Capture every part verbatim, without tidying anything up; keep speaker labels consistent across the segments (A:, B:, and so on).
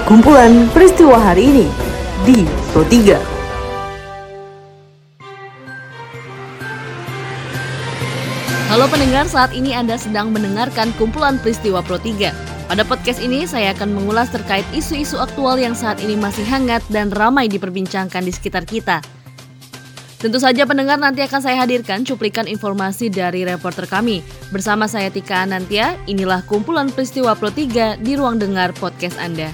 A: kumpulan peristiwa hari ini di Pro tiga. Halo pendengar, saat ini Anda sedang mendengarkan kumpulan peristiwa Pro tiga. Pada podcast ini saya akan mengulas terkait isu-isu aktual yang saat ini masih hangat dan ramai diperbincangkan di sekitar kita. Tentu saja pendengar, nanti akan saya hadirkan cuplikan informasi dari reporter kami. Bersama saya Tika Anantia, inilah kumpulan peristiwa Pro tiga di ruang dengar podcast Anda.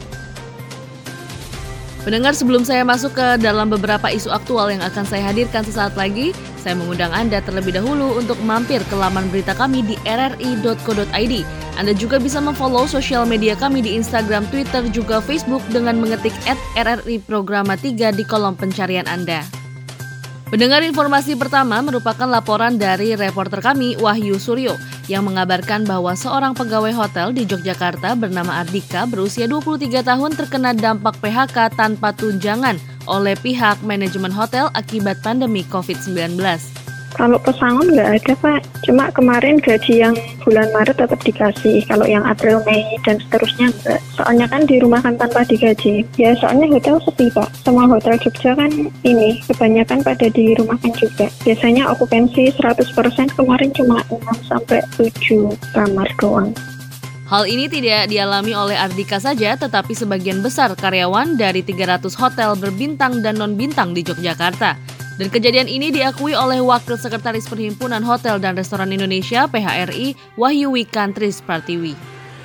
A: Pendengar, sebelum saya masuk ke dalam beberapa isu aktual yang akan saya hadirkan sesaat lagi, saya mengundang Anda terlebih dahulu untuk mampir ke laman berita kami di r r i dot co dot i d. Anda juga bisa memfollow sosial media kami di Instagram, Twitter, juga Facebook dengan mengetik et r r i programa tiga di kolom pencarian Anda. Pendengar, informasi pertama merupakan laporan dari reporter kami Wahyu Suryo yang mengabarkan bahwa seorang pegawai hotel di Yogyakarta bernama Ardika berusia dua puluh tiga tahun terkena dampak P H K tanpa tunjangan oleh pihak manajemen hotel akibat pandemi covid sembilan belas.
B: Kalau pesangon nggak ada, Pak. Cuma kemarin gaji yang bulan Maret tetap dikasih. Kalau yang April, Mei, dan seterusnya enggak. Soalnya kan dirumahkan tanpa digaji. Ya, soalnya hotel sepi, Pak. Semua hotel Jogja kan ini, kebanyakan pada dirumahkan juga. Biasanya okupansi seratus persen, kemarin cuma enam sampai tujuh kamar doang.
A: Hal ini tidak dialami oleh Ardika saja, tetapi sebagian besar karyawan dari tiga ratus hotel berbintang dan non-bintang di Yogyakarta. Dan kejadian ini diakui oleh Wakil Sekretaris Perhimpunan Hotel dan Restoran Indonesia P H R I, Wahyu Wikantris Pratiwi.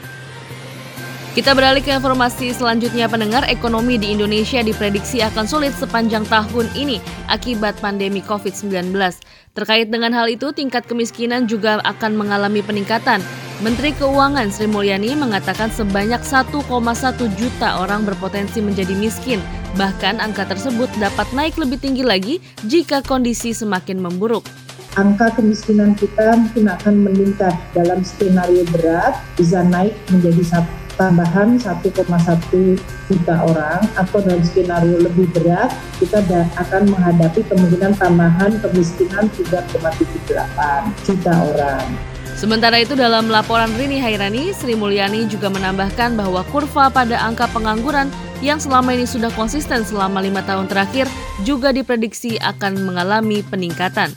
A: Kita beralih ke informasi selanjutnya pendengar. Ekonomi di Indonesia diprediksi akan sulit sepanjang tahun ini akibat pandemi covid sembilan belas. Terkait dengan hal itu, tingkat kemiskinan juga akan mengalami peningkatan. Menteri Keuangan Sri Mulyani mengatakan sebanyak satu koma satu juta orang berpotensi menjadi miskin. Bahkan angka tersebut dapat naik lebih tinggi lagi jika kondisi semakin memburuk.
C: Angka kemiskinan kita mungkin akan meningkat dalam skenario berat, bisa naik menjadi satu, tambahan satu koma satu juta orang, atau dalam skenario lebih berat kita akan menghadapi kemungkinan tambahan kemiskinan tiga koma tujuh delapan juta orang.
A: Sementara itu dalam laporan Rini Hairani, Sri Mulyani juga menambahkan bahwa kurva pada angka pengangguran yang selama ini sudah konsisten selama lima tahun terakhir juga diprediksi akan mengalami peningkatan.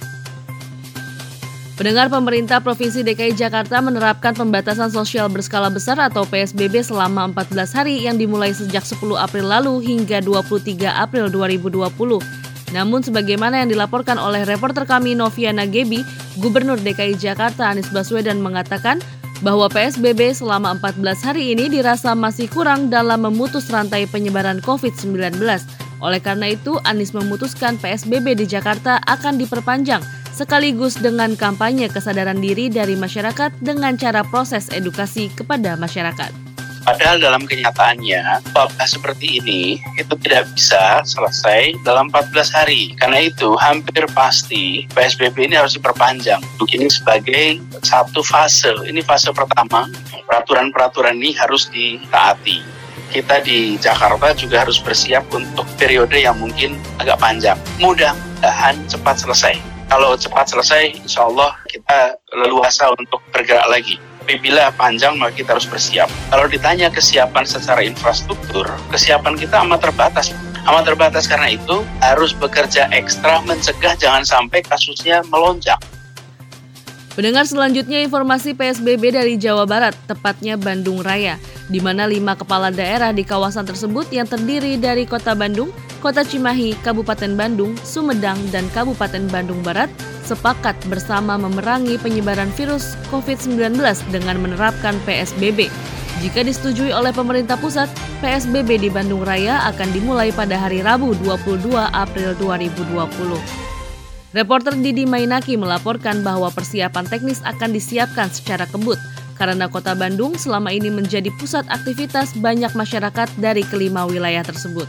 A: Pendengar, pemerintah Provinsi D K I Jakarta menerapkan pembatasan sosial berskala besar atau P S B B selama empat belas hari yang dimulai sejak sepuluh April lalu hingga dua puluh tiga April dua ribu dua puluh. Namun sebagaimana yang dilaporkan oleh reporter kami Noviana Gebi, Gubernur D K I Jakarta Anies Baswedan mengatakan bahwa P S B B selama empat belas hari ini dirasa masih kurang dalam memutus rantai penyebaran covid sembilan belas. Oleh karena itu, Anies memutuskan P S B B di Jakarta akan diperpanjang sekaligus dengan kampanye kesadaran diri dari masyarakat dengan cara proses edukasi kepada masyarakat.
D: Padahal dalam kenyataannya, wabah seperti ini itu tidak bisa selesai dalam empat belas hari. Karena itu hampir pasti P S B B ini harus diperpanjang. Ini sebagai satu fase. Ini fase pertama, peraturan-peraturan ini harus ditaati. Kita di Jakarta juga harus bersiap untuk periode yang mungkin agak panjang. Mudah-mudahan cepat selesai. Kalau cepat selesai, insya Allah kita leluasa untuk bergerak lagi. Tapi bila panjang, maka kita harus bersiap. Kalau ditanya kesiapan secara infrastruktur, kesiapan kita amat terbatas. Amat terbatas karena itu harus bekerja ekstra mencegah jangan sampai kasusnya melonjak.
A: Pendengar, selanjutnya informasi P S B B dari Jawa Barat, tepatnya Bandung Raya, di mana lima kepala daerah di kawasan tersebut yang terdiri dari Kota Bandung, Kota Cimahi, Kabupaten Bandung, Sumedang, dan Kabupaten Bandung Barat sepakat bersama memerangi penyebaran virus covid sembilan belas dengan menerapkan P S B B. Jika disetujui oleh pemerintah pusat, P S B B di Bandung Raya akan dimulai pada hari Rabu dua puluh dua April dua ribu dua puluh. Reporter Didi Mainaki melaporkan bahwa persiapan teknis akan disiapkan secara kebut karena Kota Bandung selama ini menjadi pusat aktivitas banyak masyarakat dari kelima wilayah tersebut.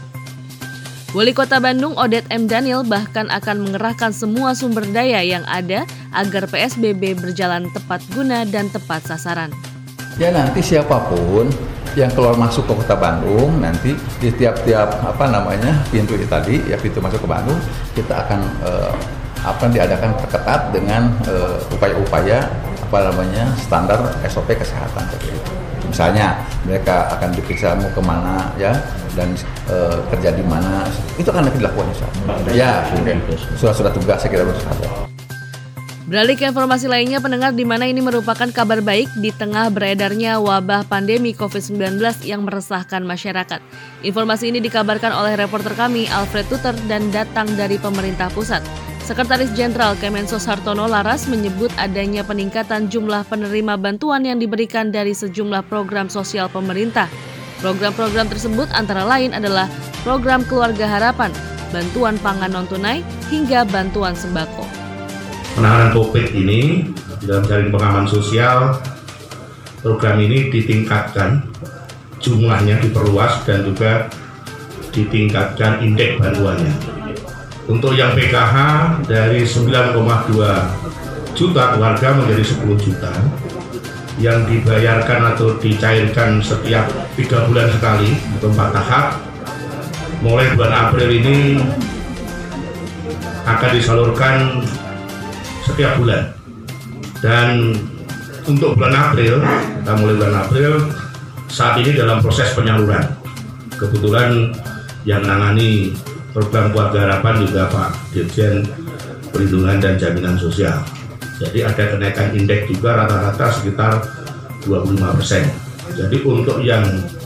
A: Wali Kota Bandung Odet M. Daniel bahkan akan mengerahkan semua sumber daya yang ada agar P S B B berjalan tepat guna dan tepat sasaran.
E: Ya, nanti siapapun yang keluar masuk ke Kota Bandung, nanti di tiap-tiap apa namanya pintu tadi ya pintu masuk ke Bandung kita akan eh, akan diadakan perketat dengan eh, upaya-upaya apa namanya standar S O P kesehatan seperti itu. Misalnya mereka akan diperiksa mau kemana ya dan e, kerja di mana, itu akan nanti dilakukan ya surat-surat tugas saya kira harus ada.
A: Beralih ke informasi lainnya, pendengar, di mana ini merupakan kabar baik di tengah beredarnya wabah pandemi covid sembilan belas yang meresahkan masyarakat. Informasi ini dikabarkan oleh reporter kami Alfred Tuter dan datang dari pemerintah pusat. Sekretaris Jenderal Kemensos Hartono Laras menyebut adanya peningkatan jumlah penerima bantuan yang diberikan dari sejumlah program sosial pemerintah. Program-program tersebut antara lain adalah program Keluarga Harapan, bantuan pangan non-tunai, hingga bantuan sembako.
F: Penanganan COVID ini dalam jaring pengaman sosial, program ini ditingkatkan, jumlahnya diperluas dan juga ditingkatkan indeks bantuannya. Untuk yang P K H dari sembilan koma dua juta keluarga menjadi sepuluh juta, yang dibayarkan atau dicairkan setiap tiga bulan sekali atau empat tahap. Mulai bulan April ini akan disalurkan setiap bulan, dan untuk bulan April, kita mulai bulan April saat ini dalam proses penyaluran. Kebetulan yang menangani program Keluarga Harapan juga Pak Dirjen Perlindungan dan Jaminan Sosial. Jadi ada kenaikan indeks juga rata-rata sekitar dua puluh lima persen. Jadi untuk yang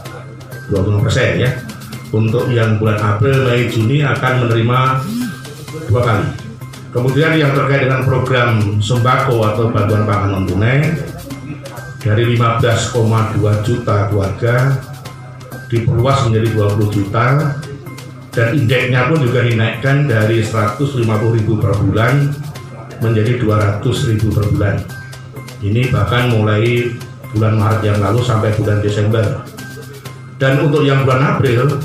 F: dua puluh lima persen ya, untuk yang bulan April, Mei, Juni akan menerima dua kali. Kemudian yang terkait dengan program sembako atau bantuan pangan non tunai dari lima belas koma dua juta keluarga diperluas menjadi dua puluh juta, dan indeksnya pun juga dinaikkan dari seratus lima puluh ribu per bulan menjadi dua ratus ribu per bulan. Ini bahkan mulai bulan Maret yang lalu sampai bulan Desember. Dan untuk yang bulan April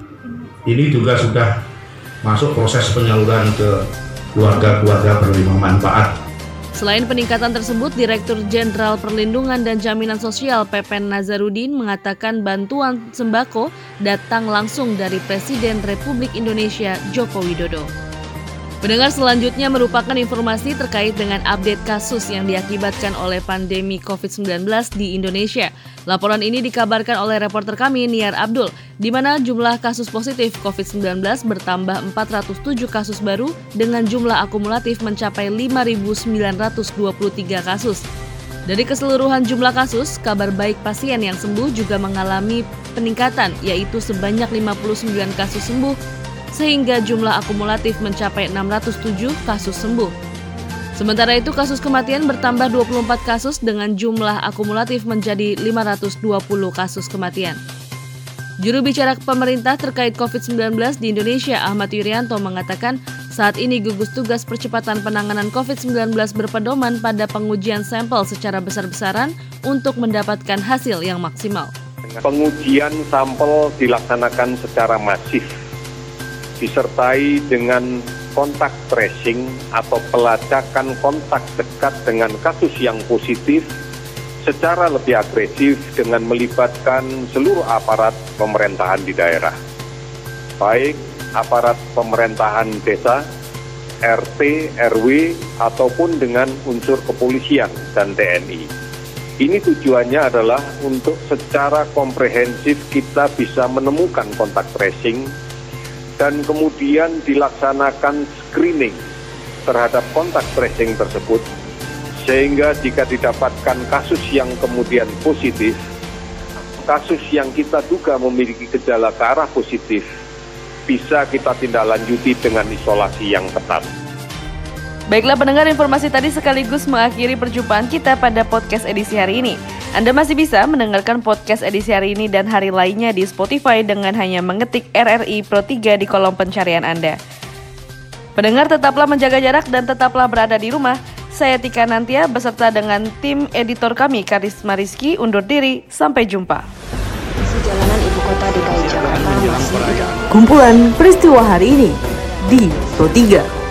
F: ini juga sudah masuk proses penyaluran ke keluarga-keluarga penerima manfaat.
A: Selain peningkatan tersebut, Direktur Jenderal Perlindungan dan Jaminan Sosial Pepen Nazarudin mengatakan bantuan sembako datang langsung dari Presiden Republik Indonesia Joko Widodo. Pendengar, selanjutnya merupakan informasi terkait dengan update kasus yang diakibatkan oleh pandemi covid sembilan belas di Indonesia. Laporan ini dikabarkan oleh reporter kami Niar Abdul, di mana jumlah kasus positif covid sembilan belas bertambah empat ratus tujuh kasus baru dengan jumlah akumulatif mencapai lima ribu sembilan ratus dua puluh tiga kasus. Dari keseluruhan jumlah kasus, kabar baik pasien yang sembuh juga mengalami peningkatan, yaitu sebanyak lima puluh sembilan kasus sembuh, sehingga jumlah akumulatif mencapai enam ratus tujuh kasus sembuh. Sementara itu, kasus kematian bertambah dua puluh empat kasus dengan jumlah akumulatif menjadi lima ratus dua puluh kasus kematian. Juru bicara pemerintah terkait covid sembilan belas di Indonesia, Ahmad Yuryanto, mengatakan saat ini gugus tugas percepatan penanganan covid sembilan belas berpedoman pada pengujian sampel secara besar-besaran untuk mendapatkan hasil yang maksimal.
G: Pengujian sampel dilaksanakan secara masif, disertai dengan kontak tracing atau pelacakan kontak dekat dengan kasus yang positif secara lebih agresif dengan melibatkan seluruh aparat pemerintahan di daerah, baik aparat pemerintahan desa, R T, R W, ataupun dengan unsur kepolisian dan T N I. Ini tujuannya adalah untuk secara komprehensif kita bisa menemukan kontak tracing dan kemudian dilaksanakan screening terhadap kontak tracing tersebut, sehingga jika didapatkan kasus yang kemudian positif, kasus yang kita duga memiliki gejala ke arah positif, bisa kita tindak lanjuti dengan isolasi yang ketat.
A: Baiklah pendengar, informasi tadi sekaligus mengakhiri perjumpaan kita pada podcast edisi hari ini. Anda masih bisa mendengarkan podcast edisi hari ini dan hari lainnya di Spotify dengan hanya mengetik R R I Pro tiga di kolom pencarian Anda. Pendengar, tetaplah menjaga jarak dan tetaplah berada di rumah. Saya Tika Nantia beserta dengan tim editor kami Karisma Rizky undur diri. Sampai jumpa.
H: Jalanan ibu kota D K I Jakarta masih
I: Kumpulan peristiwa hari ini di Pro tiga.